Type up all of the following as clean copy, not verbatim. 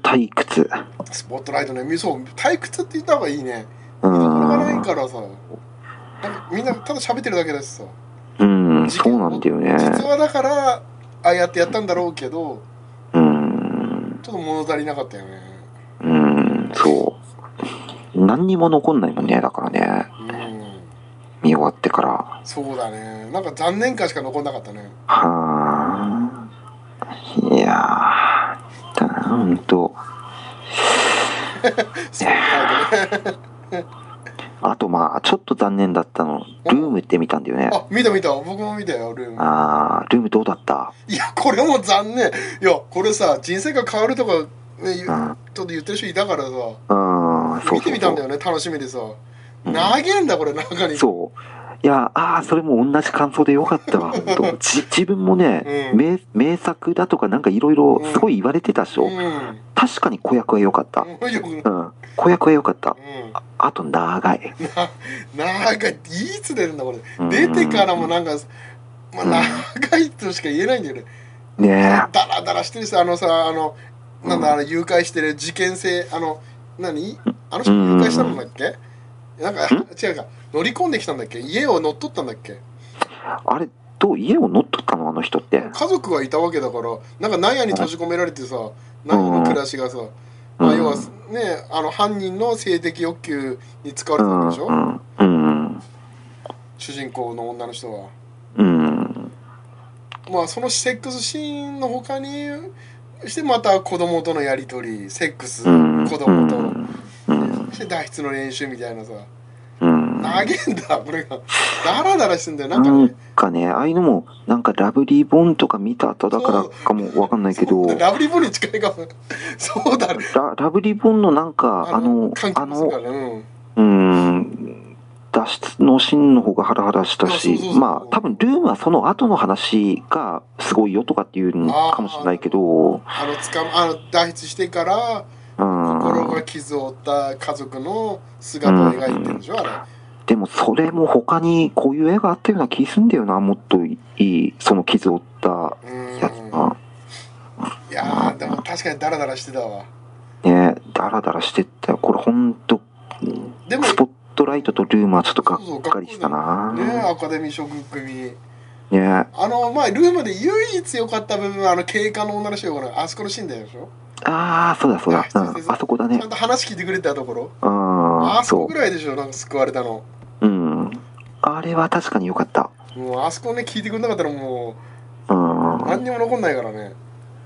退屈。 スポットライトね、そう退屈って言った方がいいね。見どころがないからさ、なんかみんなただ喋ってるだけだしさ。 そうなんだよね。 実はだからああやってやったんだろうけど、ちょっと物足りなかったよね。 そう。何にも残んないもんね、だからね。見終わってから。 そうだね。なんか残念感しか残んなかったね。 はあ。いやー、ほんと。あとまあちょっと残念だったの、ルームって見たんだよね。 あ、見た僕も見たよ、ルーム。 ルームどうだった？ いや、これも残念。いや、これさ、人生が変わるとか、ね、ちょっと言ってる人いたからさ、見てみたんだよね、楽しみでさ。長えんだ、これ、中に。 そう。いや、それも同じ感想でよかったわ、本当。自分もね、名作だとかなんかいろいろすごい言われてたでしょ。確かに子役は良かった。子役は良かった。あと長い。 長い。いつ出るんだこれ。出てからもなんか、まあ長いとしか言えないんだよね。ねえ。ダラダラしてるし、なんだ誘拐してる事件性、何？あの人誘拐したんだっけ？なんか違うか、乗り込んできたんだっけ？家を乗っ取ったんだっけ？ あれ家を乗っ取ったのあの人って。 家族はいたわけだから、なんか納屋に閉じ込められてさ、納屋の暮らしがさ、まあ要はね、犯人の性的欲求に使われてたんでしょ？主人公の女の人は。まあそのセックスシーンの他にしてまた子供とのやり取り、セックス、子供と、そして脱出の練習みたいなさ。長えんだ、これが。ダラダラしてんだよ、 なんかね、ああいうのも、なんかラブリーボンとか見た後だからかもわかんないけど。 ラブリーボンに近いかも。そうだね。 ラブリーボンのなんか、脱出のシーンの方がハラハラしたし、まあ、多分ルームはその後の話がすごいよとかっていうのかもしれないけど。 脱出してから、心が傷を負った家族の姿を描いてるんでしょ、あれ。 でもそれも他にこういう絵があったような気すんだよな、もっといい、その傷を負ったやつが。 いやー、でも確かにダラダラしてたわ。 ね、ダラダラしてったよ。これほんと、スポットライトとルームはちょっとがっかりしたな。 ね、アカデミー賞組。 ね、 まあ、ルームで唯一良かった部分は警官の女の人があそこのシーンだよでしょ。 そうだそうだ、あそこだね。 ちゃんと話聞いてくれたところ、 あそこぐらいでしょ、なんか救われたの。 あれは確かに良かった。 もうあそこね、聞いてくれなかったらもう何にも残んないからね。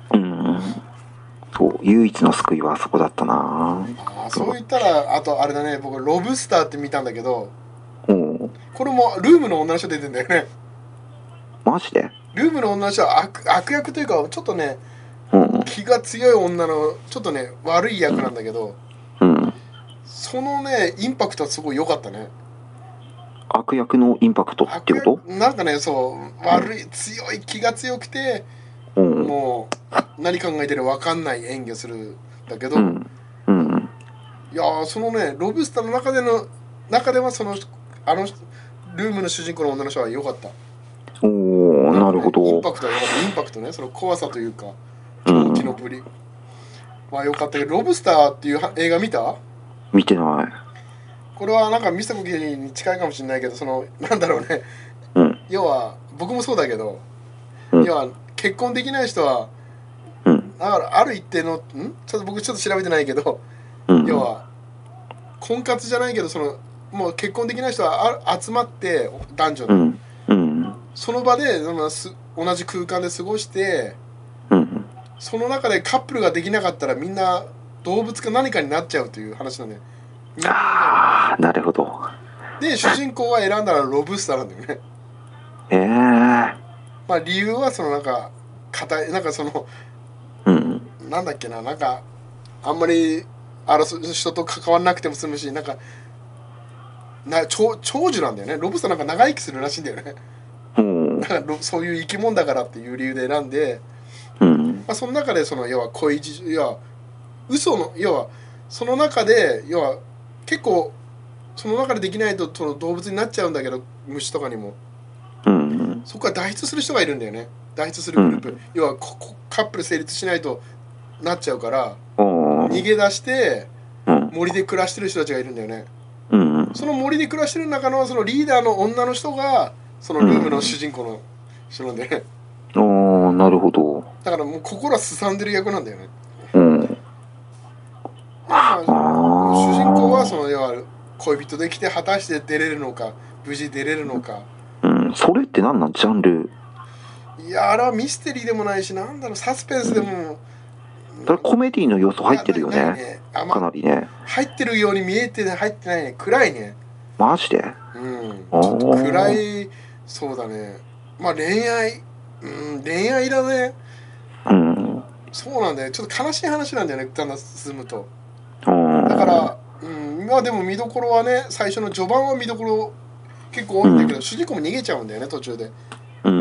そう、唯一の救いはあそこだったな。 そう言ったら、あとあれだね、僕ロブスターって見たんだけど、これもルームの女の人出てんだよね。 マジで？ ルームの女の人は悪役というか、ちょっとね、気が強い女のちょっとね悪い役なんだけど、そのねインパクトはすごい良かったね。 悪役のインパクトってこと？ なんかね、そう悪い、強い、気が強くて、もう何考えてるか分かんない演技をするんだけど、いやそのねロブスターの中ではルームの主人公の女の人は良かった。 なるほど。 インパクトは良かった。インパクトね、その怖さというか狂気のぶりは良かったけど、ロブスターっていう映画見た？ 見てない。 これはなんか見せた時に近いかもしれないけど、なんだろうね、要は僕もそうだけど、要は結婚できない人は、だからある一定の僕ちょっと調べてないけど、要は婚活じゃないけど、もう結婚できない人は集まって男女の、その場で同じ空間で過ごして、その中でカップルができなかったらみんな動物か何かになっちゃうという話なんだよ。 なるほど。 で主人公は選んだらロブスターなんだよね。まあ理由はなんか硬い、なんかなんだっけな、なんかあんまり人と関わらなくても済むし、なんか長寿なんだよね。ロブスターなんか長生きするらしいんだよね。だからそういう生き物だからっていう理由で選んで、まあ、その中で要は要は嘘の、要はその中で要は結構その中でできないと動物になっちゃうんだけど、虫とかにも、そこから脱出する人がいるんだよね。脱出するグループ、要はカップル成立しないとなっちゃうから、 逃げ出して、 うん、 森で暮らしてる人たちがいるんだよね。 うんうん、 その森で暮らしてる中のそのリーダーの女の人がそのルームの主人公の人なんだよね。 ああ、なるほど。 だからもう心はすさんでる役なんだよね。 うん。 まあ、 ああ。 主人公はその要は恋人できて果たして出れるのか、無事出れるのか。 うん、それって何なんジャンル？ いや、あれはミステリーでもないし、なんだろう、サスペンスでも。 それコメディの要素入ってるよね。 ね、 かなりね。 入ってるように見えて入ってないね。暗いね。 マジで？ うん。ちょっと暗い、そうだね。まあ恋愛、恋愛だね。 うん。 そうなんだよ。ちょっと悲しい話なんだよね、だんだん進むと。 うん。 だから、まあでも見どころはね、最初の序盤は見どころ結構多いんだけど、主人公も逃げちゃうんだよね、途中で。 うん。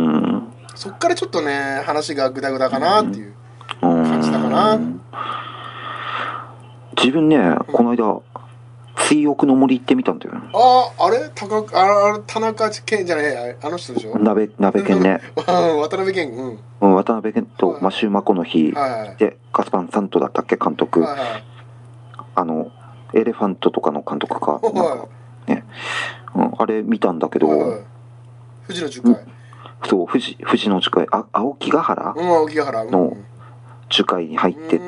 そっからちょっとね、話がグダグダかなっていう感じだかな。 自分ね、この間、水浴の森行ってみたんだよ。 あれ田中健じゃない、あの人でしょ。 鍋健ね。 渡辺健、 渡辺健とマシュー・マコノヒで、ガスパン・サントだったっけ、監督。エレファントとかの監督か。ね。あれ見たんだけど、 富士の樹海。 そう、富士の樹海、青木ヶ原の樹海に入ってって、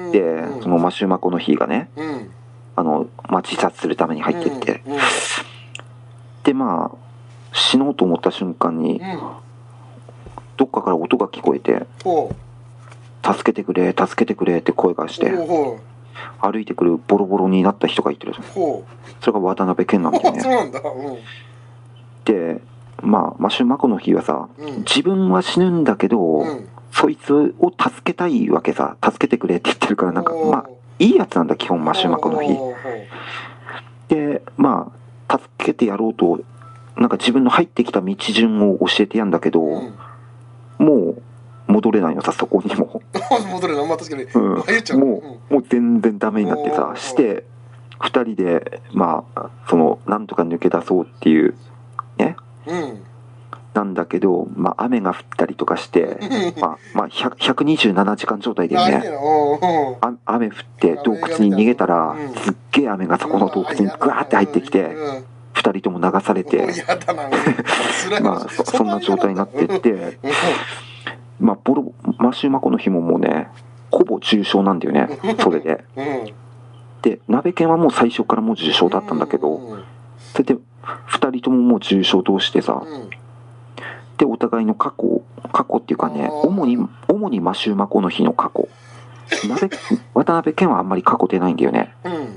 そのマシュー・マコノヒがね、自殺するために入ってって、でまあ死のうと思った瞬間に、どっかから音が聞こえて「助けてくれ助けてくれ」って声がして、歩いてくるボロボロになった人がいてる。それが渡辺謙なんだよね。 そうなんだ。 でまあマシュマコの日はさ、自分は死ぬんだけど、そいつを助けたいわけさ。助けてくれって言ってるから、なんかまあいいやつなんだ基本、マシュマコの日で、まあ助けてやろうとなんか自分の入ってきた道順を教えてやんだけど、もう戻れないのさ、そこにも戻れない、まあ確かに、 もう全然ダメになってさ、して2人でまあなんとか抜け出そうっていうね、なんだけど、まあ雨が降ったりとかしてまあ127時間状態でね、雨降って洞窟に逃げたら、すっげえ雨がそこの洞窟にグワーって入ってきて、2人とも流されてまあそんな状態になってってまあマシューマコの日ももうねほぼ重症なんだよね、それで。で鍋犬はもう最初からもう重症だったんだけど、それで2人とももう重症同士でさ、でお互いの過去っていうかね、主にマシューマコの日の過去、渡辺謙はあんまり過去出ないんだよね。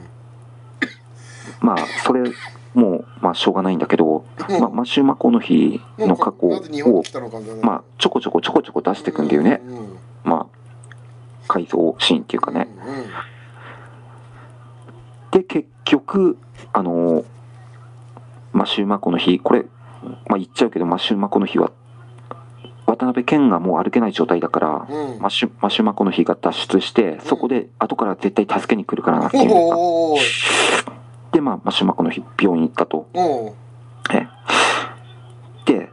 まあそれもうまあしょうがないんだけど、まあ、マシューマコの日の過去をまあちょこちょこ出していくんだよね。まあ改造シーンっていうかね。で結局マシューマコの日、これまあ言っちゃうけど、マシューマコの日は渡辺謙がもう歩けない状態だから、マシューマコの日が脱出して、そこで後から絶対助けに来るからなっていうのがで、まあマシューマコの日病院行ったと。で、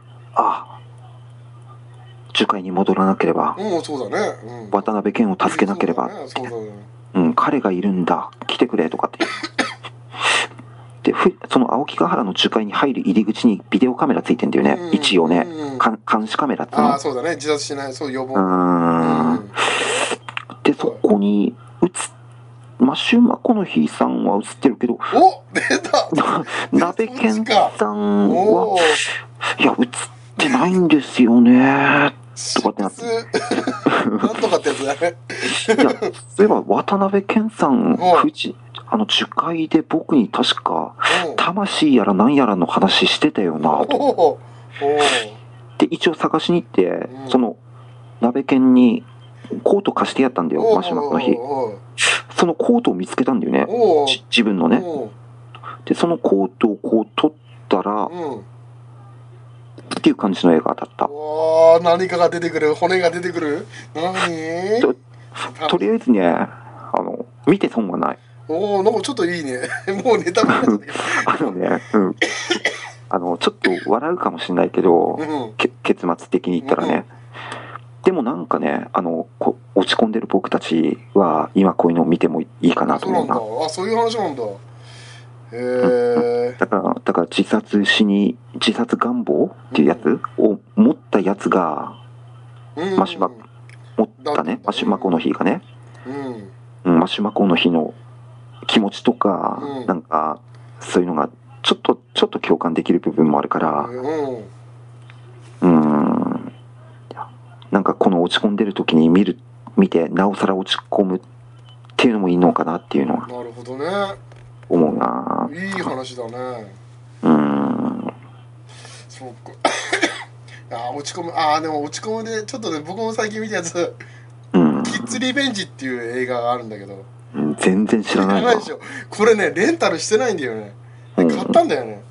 樹海に戻らなければ、渡辺謙を助けなければ、彼がいるんだ、来てくれとかってで、その青木ヶ原の樹海に入る入り口にビデオカメラついてんだよね、一応ね、監視カメラっての。 そうだね、自殺しない、そう予防。 でそこにマシューマコの日さんは映ってるけど、 出た鍋健さんはいや映ってないんですよねとかってなってなんとかってやつだね。 いやそういえば渡辺謙さん樹海で僕に確か魂やら何やらの話してたよなと。で一応探しに行って、その鍋犬にコート貸してやったんだよ、マシュマコの日。そのコートを見つけたんだよね、自分のね。でそのコートをこう取ったら、っていう感じの映画だった。 何かが出てくる、骨が出てくる。何とりあえずね、見て損はない。 なんかちょっといいね。もうネタバレだけどちょっと笑うかもしれないけど、結末的に言ったらね、 でもなんかね、落ち込んでる僕たちは、今こういうのを見てもいいかなと思うな。 そういう話なんだ。 だから自殺願望っていうやつを持ったやつが、マシュマコの日がね、マシュマコの日の気持ちとか、なんか、そういうのが、ちょっと共感できる部分もあるから、なんかこの落ち込んでる時に見て、なおさら落ち込むっていうのもいいのかなっていうのは。 なるほどね。 思うな。 いい話だね。そうか。落ち込む。でも落ち込むで、ちょっとね、僕も最近見たやつ、キッズリベンジっていう映画があるんだけど。 全然知らないでしょ。これね、レンタルしてないんだよね。買ったんだよね。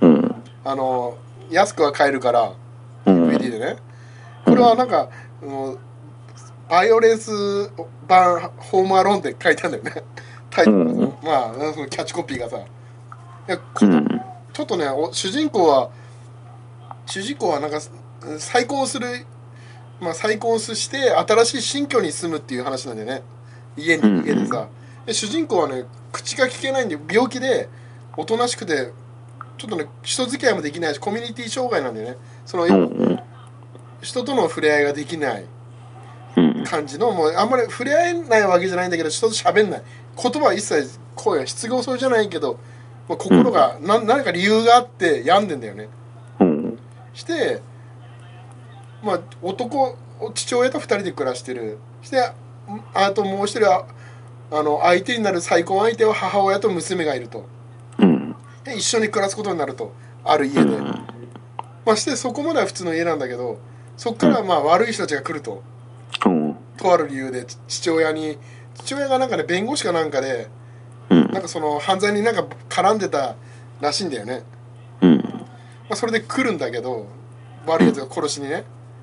安くは買えるから、DVD でね。これはなんか、バイオレンス版ホームアローンって書いてあるんだよね。タイトルがさ、そのキャッチコピーがさ。ちょっとね、主人公はなんか再婚して新しい新居に住むっていう話なんだよね。家でさ。で主人公はね、口が聞けないんで、病気でおとなしくて、ちょっとね、人付き合いもできないし、コミュニティ障害なんだよね。その、人との触れ合いができない感じの、もうあんまり触れ合えないわけじゃないんだけど、人と喋んない。言葉は一切、声は失語そうじゃないけど、心が何か理由があって病んでんだよね。して、父親と2人で暮らしてる。して、あともう一人は、相手になる再婚相手は母親と娘がいると。で一緒に暮らすことになると。ある家で。してそこまでは普通の家なんだけど、そこから悪い人たちが来ると。とある理由で、父親がなんかね、弁護士かなんかで、なんかその犯罪になんか絡んでたらしいんだよね。それで来るんだけど、悪いやつが殺しにね。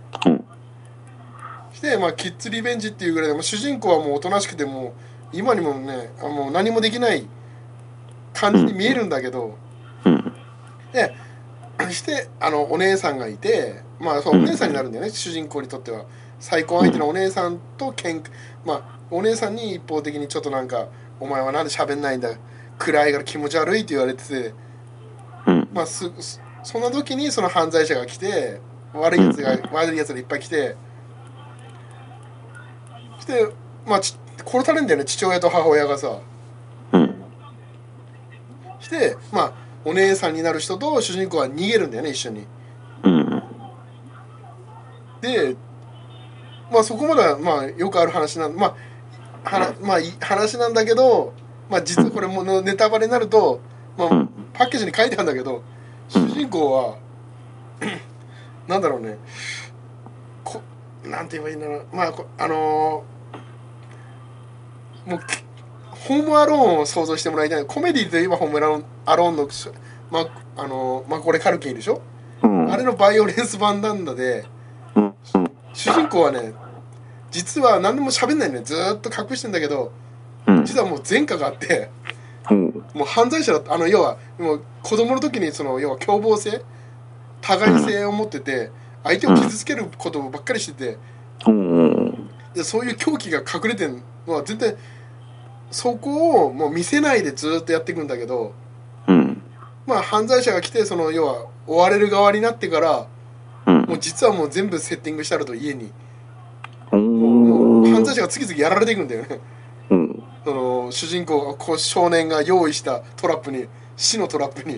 して、キッズリベンジっていうぐらいで、主人公はもうおとなしくて、もう今にもね、もう何もできない感じに見えるんだけど、で、してお姉さんがいて、そうお姉さんになるんだよね、主人公にとっては。再婚相手のお姉さんとお姉さんに一方的にちょっとなんか、お前はなんで喋んないんだ、暗いから気持ち悪いって言われてて、そんな時にその犯罪者が来て、悪いやつがいっぱい来て、して、殺されるんだよね、父親と母親がさ。して、お姉さんになる人と主人公は逃げるんだよね、一緒に。で、そこまではよくある話なん話なんだけど、実はこれもネタバレになると、パッケージに書いてあるんだけど、主人公はなんだろうね、なんて言えばいいんだろう、もうホームアローンを想像してもらいたい。コメディといえばホームアローンのこれカルキンでしょ、あれのバイオレンス版なんだで、主人公はね、実は何でも喋んないのね、ずーっと隠してんだけど、実はもう前科があって、もう犯罪者だった。要はもう子供の時に要は凶暴性、互い性を持ってて、相手を傷つけることばっかりしてて、でそういう狂気が隠れてるのは全然、そこをもう見せないでずーっとやっていくんだけど、犯罪者が来て、要は追われる側になってから、もう実はもう全部セッティングしてあると、家に。もう犯罪者が次々やられていくんだよね。主人公が少年が用意したトラップに、死のトラップに。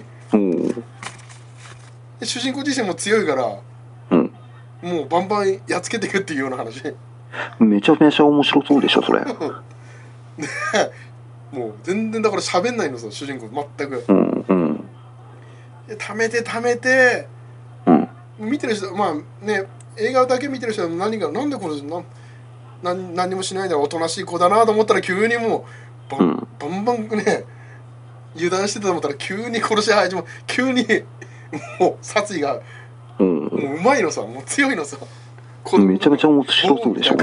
で主人公自身も強いから、もうバンバンやっつけていくっていうような話。 めちゃめちゃ面白そうでしょそれ。 もう全然だから喋んないのさ、主人公全く。で溜めて、見てる人、映画だけ見てる人はなんでこの何もしないでおとなしい子だなと思ったら、急にもうバンバンね、油断してたと思ったら急に殺し始め、急にもう殺意がもううまいのさ、もう強いのさ。 めちゃめちゃ面白そうでしょ。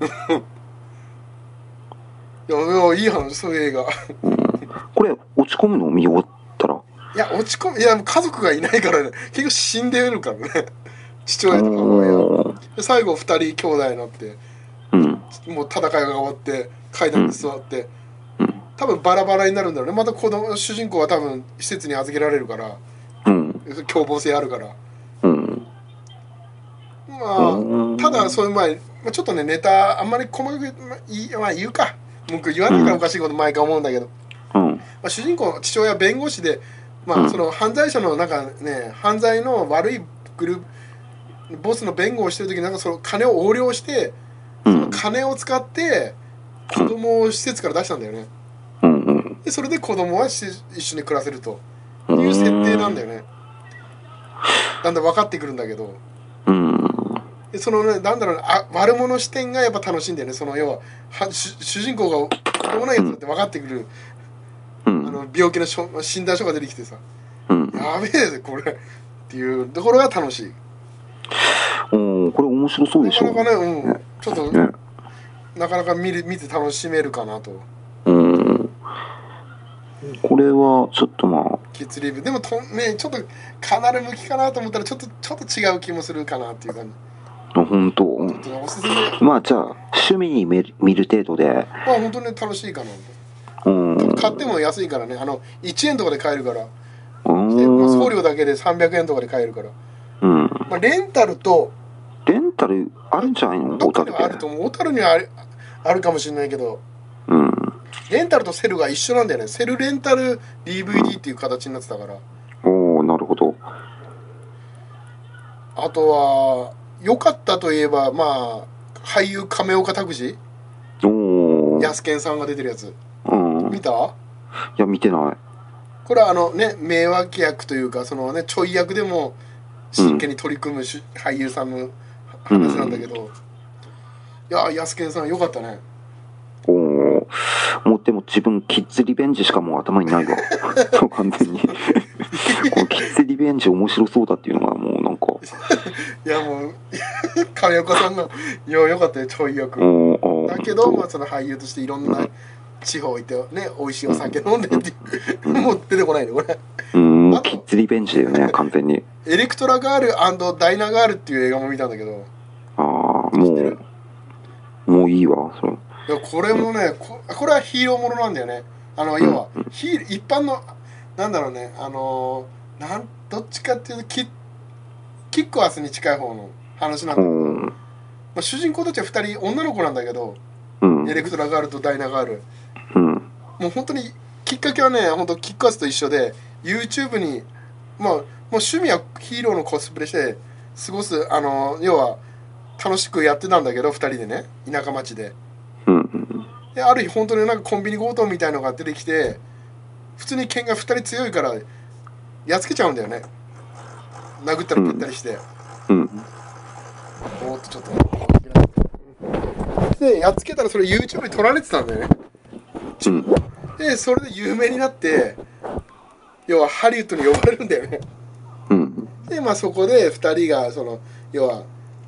いやいい話、そういう映画。 これ落ち込むのを見終わったら、 いや家族がいないからね、結局死んでるからね、父親とか母親。 で最後2人兄弟になって、 うん、 もう戦いが終わって階段に座って、多分バラバラになるんだろうね。また主人公は多分施設に預けられるから、凶暴性あるから、まあただそういう前ちょっとねネタあんまり細かく、まあ、言うか僕言わないからおかしいこと毎回思うんだけど、主人公の父親は弁護士で、その犯罪者のなんかね犯罪の悪いグループボスの弁護をしてる時になんかその金を横領して、その金を使って子供を施設から出したんだよね。でそれで子供は一緒に暮らせるという設定なんだよね。だんだん分かってくるんだけど、でそのねなんだろうね、悪者視点がやっぱ楽しいんだよね。その要は主人公が子供のやつだって分かってくる、病気の診断書が出てきてさ、やべえぜこれっていうところが楽しい。 これ面白そうでしょ。 なかなかね、ちょっと、なかなか見て楽しめるかなと。 これはちょっとキッズリビューでもねちょっとカナル向きかなと思ったらちょっと違う気もするかなっていう感じ。 本当。 おすすめ。 じゃあ趣味に見る程度で。 本当に楽しいかなと。買っても安いからね、1円とかで買えるから。送料だけで300円とかで買えるから。レンタルあるんじゃないの？ どっかにはあると思う。小樽にはあるかもしれないけど。レンタルとセルが一緒なんだよね。セルレンタル DVD っていう形になってたから。 なるほど。 あとは良かったといえば俳優亀岡拓司、ヤスケンさんが出てるやつ、見た？いや見てない。 これは名脇役というかそのねちょい役でも真剣に取り組む俳優さんの話なんだけど、いやヤスケンさん良かったね。 でも自分キッズリベンジしかもう頭にないわ完全にこのキッズリベンジ面白そうだっていうのがもうなんかいやもう亀岡さんの良かったよちょい役だけど、その俳優としていろんな地方行ってね美味しいお酒飲んでっていうもう出てこないねこれ。 キッズリベンジだよね完全に。 エレクトラガール&ダイナガールっていう映画も見たんだけど、 もういいわそれ。 いやこれもねこれはヒーローものなんだよね。要は一般のなんだろうねどっちかっていうとキックアスに近い方の話なんだけど、主人公たちは2人女の子なんだけど、エレクトラガールとダイナガール、もう本当にきっかけはね本当キックアスと一緒で YouTube にもう趣味はヒーローのコスプレして過ごす要は楽しくやってたんだけど2人でね田舎町で。である日本当になんかコンビニ強盗みたいのが出てきて普通に剣が2人強いからやっつけちゃうんだよね。殴ったり蹴ったりして、おっとちょっとでやっつけたらそれ YouTube に撮られてたんだよね。でそれで有名になって要はハリウッドに呼ばれるんだよね。でそこで2人が要は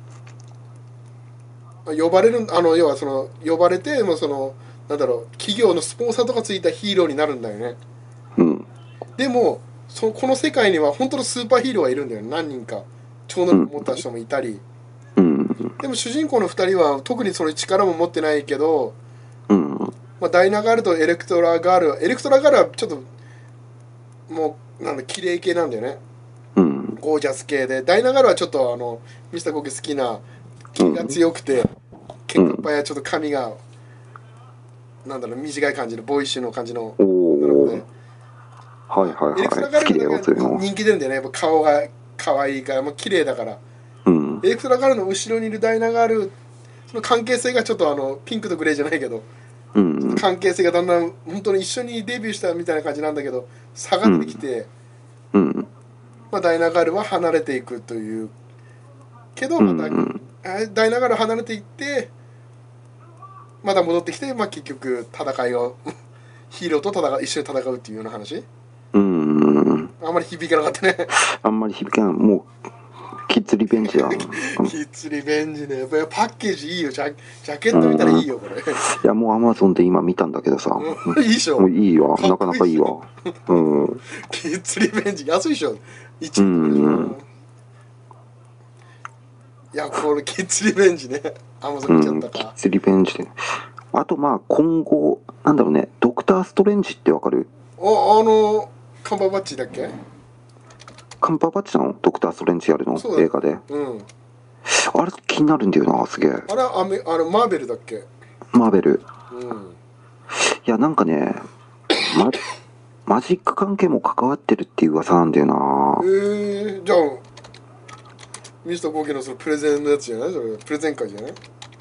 呼ばれる要は呼ばれてなんだろう企業のスポンサーとかついたヒーローになるんだよね。でもこの世界には本当のスーパーヒーローがいるんだよね。何人か超能力を持った人もいたり、でも主人公の2人は特にその力も持ってないけど、ダイナガールとエレクトラガールはちょっともう綺麗系なんだよね。ゴージャス系でダイナガールはちょっとミスターコーケ好きな気が強くて結構いっぱいちょっと髪がなんだろう短い感じのボーイッシュの感じの女の子で、エレクトラガールが人気出るんだよね。やっぱ顔が可愛いからもう綺麗だから、エレクトラガールの後ろにいるダイナガールその関係性がちょっとピンクとグレーじゃないけど、関係性がだんだん本当に一緒にデビューしたみたいな感じなんだけど差が出てきて、ダイナガールは離れていくというけどまた、ダイナガール離れていってまた戻ってきて、結局戦いをヒーローと一緒に戦うっていうような話。あんまり響かなかったね。 あんまり響かない。もうキッズリベンジや。 キッズリベンジね。やっぱりパッケージいいよ。ジャケット見たらいいよこれ。いやもうアマゾンで今見たんだけどさ。 いいでしょ。 もういいわ。なかなかいいわ。 キッズリベンジ安いでしょ。 いや、これキッズリベンジね。アマゾン見ちゃったか。 キッズリベンジで。あとまあ今後、なんだろうね、ドクターストレンジってわかる？ カンバーバッチだっけ？ カンバーバッチなの？ドクターストレンジやるの？映画で。 うん。 あれ気になるんだよな、すげえ。 あれマーベルだっけ？ マーベル。 うん。 いや、なんかね、マジック関係も関わってるっていう噂なんだよな。 じゃあ、ミスター冒険のそのプレゼンのやつじゃない？それプレゼン会じゃない？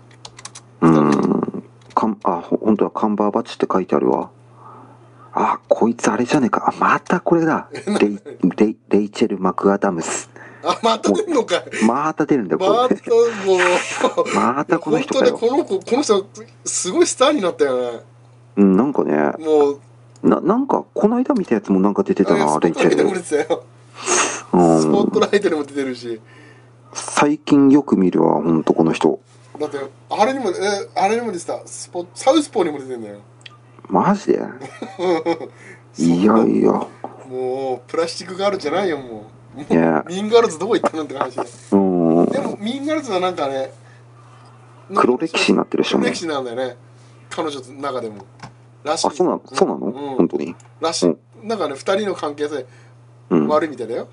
本当はカンバーバッチって書いてあるわ。あ、こいつあれじゃねえか。あ、またこれだ。レイチェル・マクアダムス。 あ、また出るのかい。 また出るんだよ、これ。またこの人かよ。 本当にこの人、すごいスターになったよね。 うん、なんかね。 もう。 なんか、この間見たやつもなんか出てたな、レイチェル。 スポットライトにも出てるし。 最近よく見るわ、ほんとこの人。 だって、あれにも出てた。サウスポーにも出てんだよ。 マジでいやいや。 もう、プラスチックガールじゃないよ、もう。ミンガールズどこ行ったのって話で。でも、ミンガールズはなんかね、 黒歴史になってるでしょ。 黒歴史なんだよね。彼女の中でも。らしい。 あ、そうなの、本当に。 らしい。なんかね、二人の関係性、悪いみたいだよ。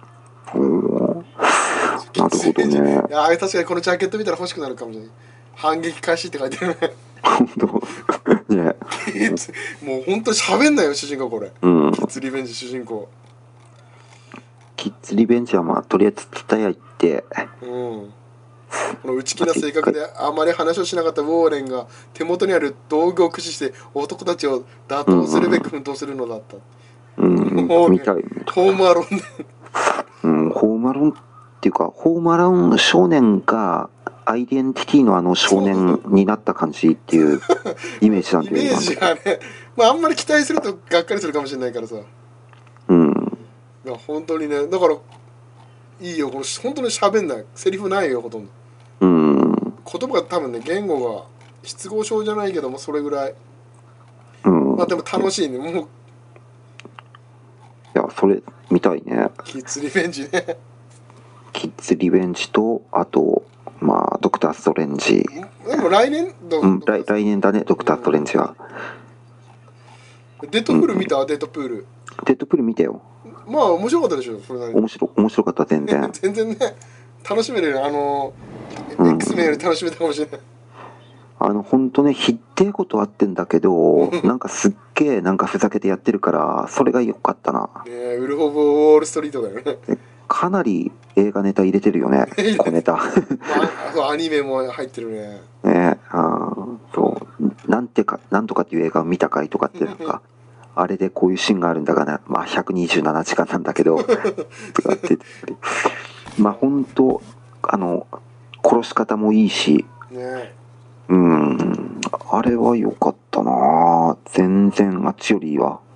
なるほどね。 いや、確かにこのジャケット見たら欲しくなるかもしれない。反撃開始って書いてるね。 本当ね。 もう本当に喋んないよ、主人公これ。キッズリベンジ主人公。 キッズリベンジはまあとりあえず伝え行って。 この内気な性格であまり話をしなかったウォーレンが手元にある道具を駆使して男たちを打倒するべく奮闘するのだった。 見たい。 ホームアローンで。 ホームアローンっていうか、ホームアローン少年がアイデンティティの少年になった感じっていうイメージなんだよね。 イメージがね、まああんまり期待するとがっかりするかもしれないからさ。いや本当にね、だからいいよ、この本当に喋んない、セリフないよほとんど。言葉が多分ね、言語が失語症じゃないけどもそれぐらい。まあでも楽しいね、もう。いや、それ見たいね。 キッズリベンジね。 キッズリベンジと、あとまあドクターストレンジ。 でも来年来年だね、ドクターストレンジは。 デッドプール見た？デッドプール。 デッドプール見たよ。 まあ面白かったでしょ、これなりに。 面白かった、全然。 全然ね、楽しめるよ。X メンより楽しめたかもしれない。 本当ね、ひってえことあってんだけど、なんかすっげえなんかふざけてやってるから、それが良かったな。 ウルフ・オブ・ウォール・ストリートだよね。 かなり映画ネタ入れてるよね、小ネタ。 アニメも入ってるね。 そう、なんとかっていう映画を見たかいとかってなんか、あれでこういうシーンがあるんだがな、まあ127時間なんだけど、とかってまあ本当、殺し方もいいし、あれは良かったな。全然あっちよりいいわ。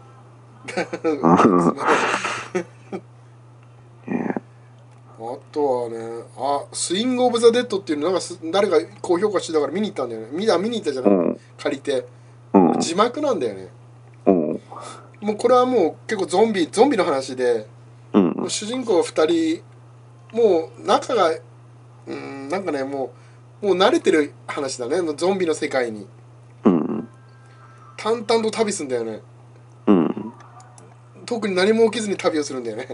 あとはね、スイング・オブ・ザ・デッドっていうのなんか誰か高評価してたから見に行ったんだよね。見に行ったじゃない、借りて、字幕なんだよね。もうこれはもう結構ゾンビの話で、もう主人公2人もう仲がなんかね、もう慣れてる話だね、ゾンビの世界に。淡々と旅すんだよね。特に何も起きずに旅をするんだよね。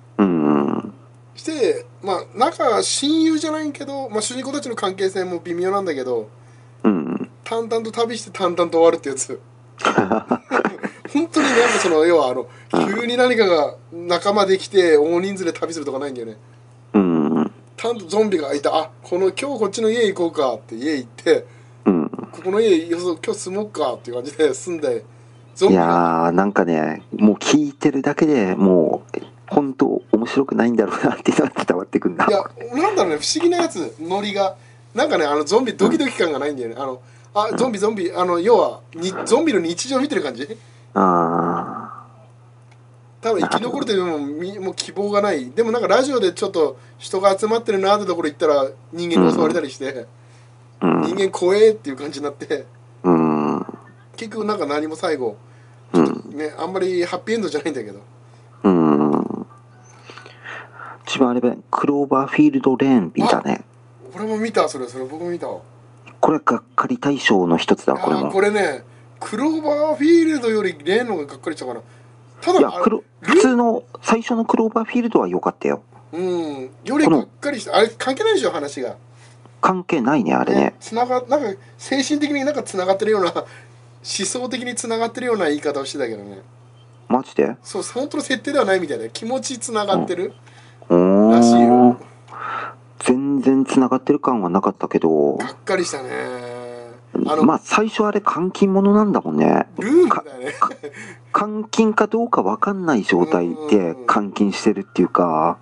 してまあ仲が親友じゃないけど、まあ、主人公たちの関係性も微妙なんだけど、淡々と旅して淡々と終わるってやつ。本当になんか要は急に何かが仲間できて大人数で旅するとかないんだよね。ゾンビがいた、今日こっちの家行こうかって家行って、ここの家今日住もうかっていう感じで住んで、 ゾンビが。いやー、なんかね、もう聞いてるだけでもう本当面白くないんだろうなっていうのが伝わってくんだ。 いや、なんだろうね、不思議なやつ、ノリがなんかね、ゾンビドキドキ感がないんだよね。ゾンビ要はゾンビの日常を見てる感じ。多分生き残るというのもう希望がない。でもなんかラジオでちょっと人が集まってるなってところ行ったら人間に襲われたりして、人間怖えっていう感じになって、結局なんか何も最後ちょっとね、あんまりハッピーエンドじゃないんだけど。 一番あれクローバーフィールドレーンビーだね。 俺も見た、それ僕も見た。 これがっかり大賞の一つだ、これも。 これね、クローバーフィールドより例のががっかりしたかな。ただ、 いや、普通の最初のクローバーフィールドは良かったよ。 うん。よりがっかりした。あれ、関係ないでしょ、話が。 関係ないね、あれね。 なんか、精神的になんか繋がってるような、思想的に繋がってるような言い方をしてたけどね。 マジで？ そう、本当の設定ではないみたいな。気持ち繋がってる、 らしいよ。 全然繋がってる感はなかったけど。 がっかりしたね。 まあ最初あれ監禁者なんだもんね。 ルームだよね。 監禁かどうか分かんない状態で監禁してるっていうか、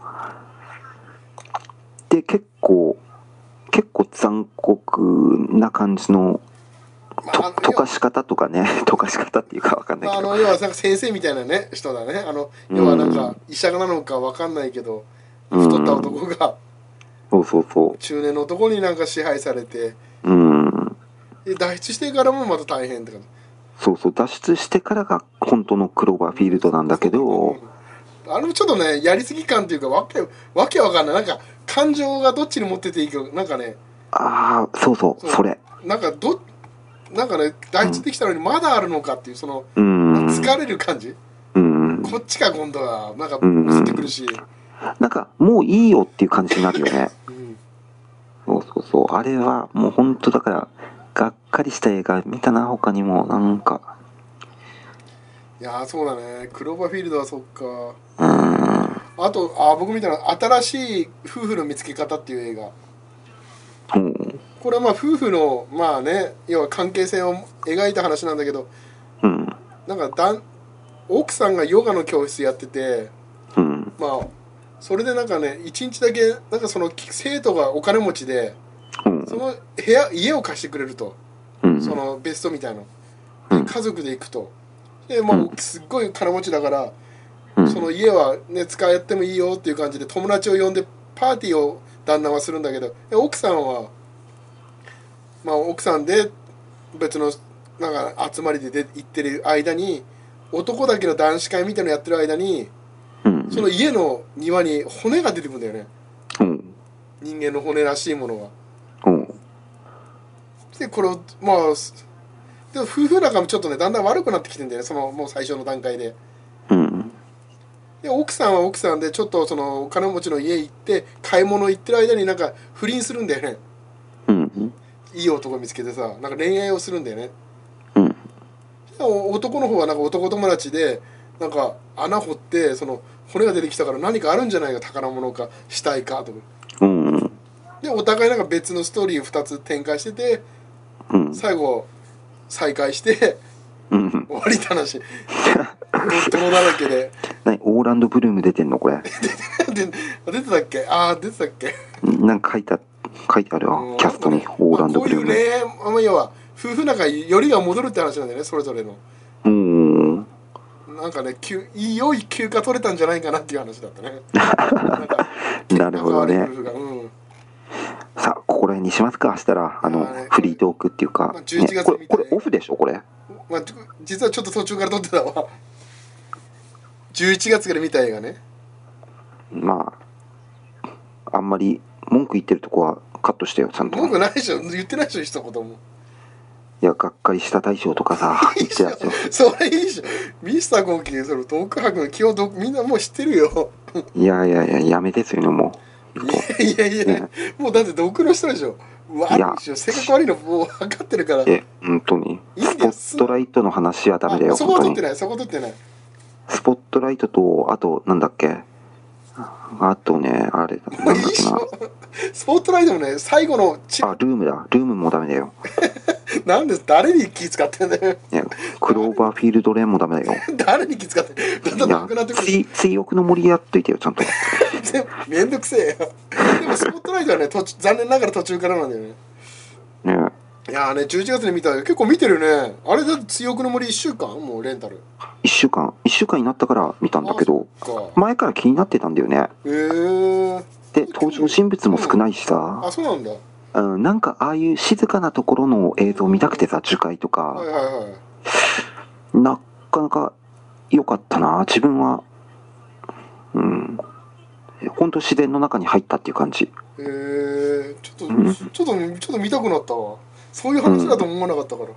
で結構残酷な感じの溶かし方とかね、溶かし方っていうか分かんないけど、 要はなんか先生みたいなね人だね。要はなんか医者なのか分かんないけど、太った男が、 そう中年の男になんか支配されて、で脱出してからもまた大変って感じ。 そう脱出してからが本当のクローバーフィールドなんだけど、 あれもちょっとねやりすぎ感っていうかわけわかんない。なんか感情がどっちに持ってていいかなんかね。 そうそれなんかね脱出できたのにまだあるのかっていうその疲れる感じ。こっちが今度はなんか移ってくるし、 なんかもういいよっていう感じになるよね。そうあれはもう本当だからがっかりした映画見たな。他にもなんか、 いやそうだね。クローバーフィールドはそっか。あと僕見たの新しい夫婦の見つけ方っていう映画。これはまあ夫婦のまあね要は関係性を描いた話なんだけど、なんか奥さんがヨガの教室やってて、まあそれでなんかね一日だけなんかその生徒がお金持ちで、その家を貸してくれると、その別荘みたいな、家族で行くと。でまあすっごい金持ちだから、その家はね使ってもいいよっていう感じで友達を呼んでパーティーを旦那はするんだけど、奥さんはまあ奥さんで別のなんか集まりで行ってる間に、男だけの男子会みたいなのやってる間に、その家の庭に骨が出てくるんだよね。人間の骨らしいものが。でこれをまあでも夫婦仲もちょっとねだんだん悪くなってきてんだよね、そのもう最初の段階で。で奥さんは奥さんでちょっとそのお金持ちの家行って買い物行ってる間になんか不倫するんだよね。いい男見つけてさ、なんか恋愛をするんだよね。男の方はなんか男友達でなんか穴掘ってその骨が出てきたから何かあるんじゃないか、宝物か死体かとか。でお互いなんか別のストーリーを2つ展開してて、最後再会して終わりって話。泥だらけで。 オーランド・ブルーム出てんのこれ？ 出てたっけ？出てたっけ？ なんか書いてあるわ、キャストにオーランド・ブルーム。 こういうね、要は夫婦仲よりが戻るって話なんだよね、それぞれの。なんかね良い休暇取れたんじゃないかなっていう話だったね。 なるほどね。さあここら辺にしますか。したらフリートークっていうか、11月これオフでしょこれ。 実はちょっと途中から撮ってたわ。11月から見た映画ね。 まああんまり文句言ってるとこはカットしてよ、ちゃんと。 文句ないでしょ、言ってないでしょ一言も。 いやがっかりした大賞とかさ言ってたよ。 それいいでしょ。ミスターコンキーその毒白の基本みんなもう知ってるよ。 いややめてそういうのもう。 いや、もうだって毒の人でしょ。悪いでしょ、性格悪いのもう分かってるから。 本当にスポットライトの話はダメだよ。 そこは取ってない、そこ取ってない。 スポットライトとあとなんだっけ、あとねあれだなんだっけな、 スポットライトもね最後のルームもダメだよ。 なんで誰に気使ってんだよ。 クローバーフィールドレーンもダメだよ。 誰に気使ってんだんだんなくなってくる。 追憶の森やっといてよちゃんと。 めんどくせえよ。でもスポットライトはね残念ながら途中からなんだよね。いやね11月に見た。結構見てるね。あれだって追憶の森1週間もうレンタル。1 週間になったから見たんだけど、前から気になってたんだよね。で登場人物も少ないしさ。 そうなんだ。 なんかああいう静かなところの映像見たくてさ、樹海とか、なかなか良かったな自分は。 本当自然の中に入ったっていう感じ。 ちょっと見たくなったわ。そういう話だと思わなかったから。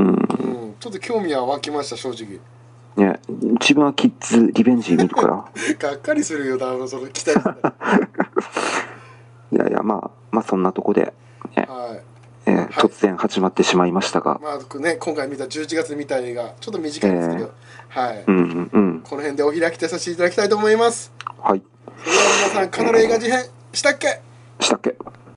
ちょっと興味は湧きました、正直。 ね、自分はキッズリベンジ見るから。 がっかりするよ、多分その期待したら。 いやいや、まあそんなとこで、ね、突然始まってしまいましたが。 まあね、今回見た11月見た映画、ちょっと短いんですけど、はい。この辺でお開きとさせていただきたいと思います。 はい。 それでは皆さん、カナル映画事変したっけ？ したっけ？